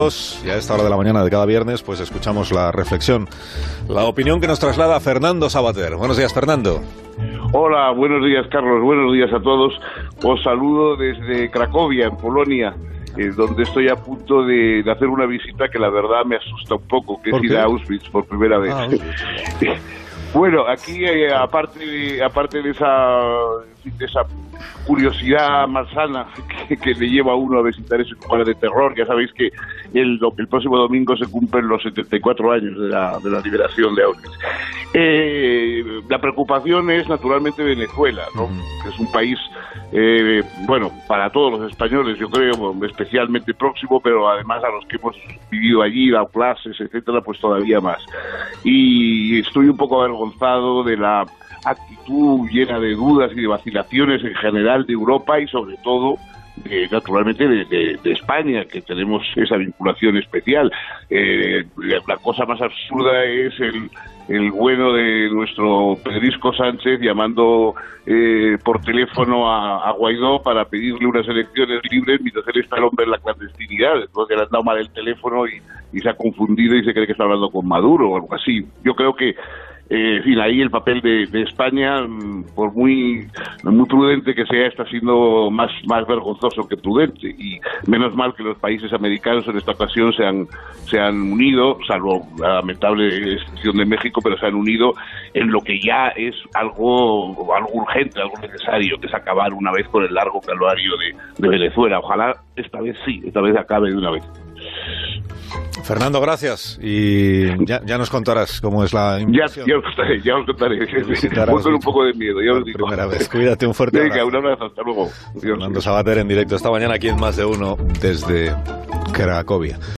Y a esta hora de la mañana de cada viernes, pues escuchamos la reflexión, la opinión que nos traslada Fernando Savater. Buenos días, Fernando. Hola, buenos días, Carlos. Buenos días a todos. Os saludo desde Cracovia, en Polonia, donde estoy a punto de hacer una visita que la verdad me asusta un poco, que es ir a Auschwitz por primera vez. Bueno, aquí aparte de esa curiosidad malsana que le lleva a uno a visitar ese lugar de terror, ya sabéis que el próximo domingo se cumplen los 74 años de la liberación de Auschwitz. La preocupación es naturalmente Venezuela, ¿no? Que es un país, para todos los españoles, yo creo, especialmente próximo, pero además a los que hemos vivido allí, dado clases, etcétera, pues todavía más. Y estoy un poco avergonzado de la actitud llena de dudas y de vacilaciones en general de Europa y sobre todo naturalmente de España, que tenemos esa vinculación especial. La cosa más absurda es el bueno de nuestro Pedrisco Sánchez llamando por teléfono a Guaidó para pedirle unas elecciones libres mientras él está al hombre en la clandestinidad. Entonces le han dado mal el teléfono y se ha confundido y se cree que está hablando con Maduro o algo así. Yo creo que en fin, ahí el papel de España, por muy prudente que sea, está siendo más vergonzoso que prudente. Y menos mal que los países americanos en esta ocasión se han unido, salvo la lamentable excepción de México, pero se han unido en lo que ya es algo urgente, algo necesario, que es acabar una vez con el largo calvario de Venezuela. Ojalá esta vez acabe de una vez. Fernando, gracias. Y ya nos contarás cómo es la invasión. Ya os contaré. Voy con un poco de miedo, ya os digo. Primera vez. Cuídate, un fuerte abrazo. Venga, un abrazo, hasta luego. Fernando Savater en directo esta mañana aquí en Más de Uno desde Cracovia.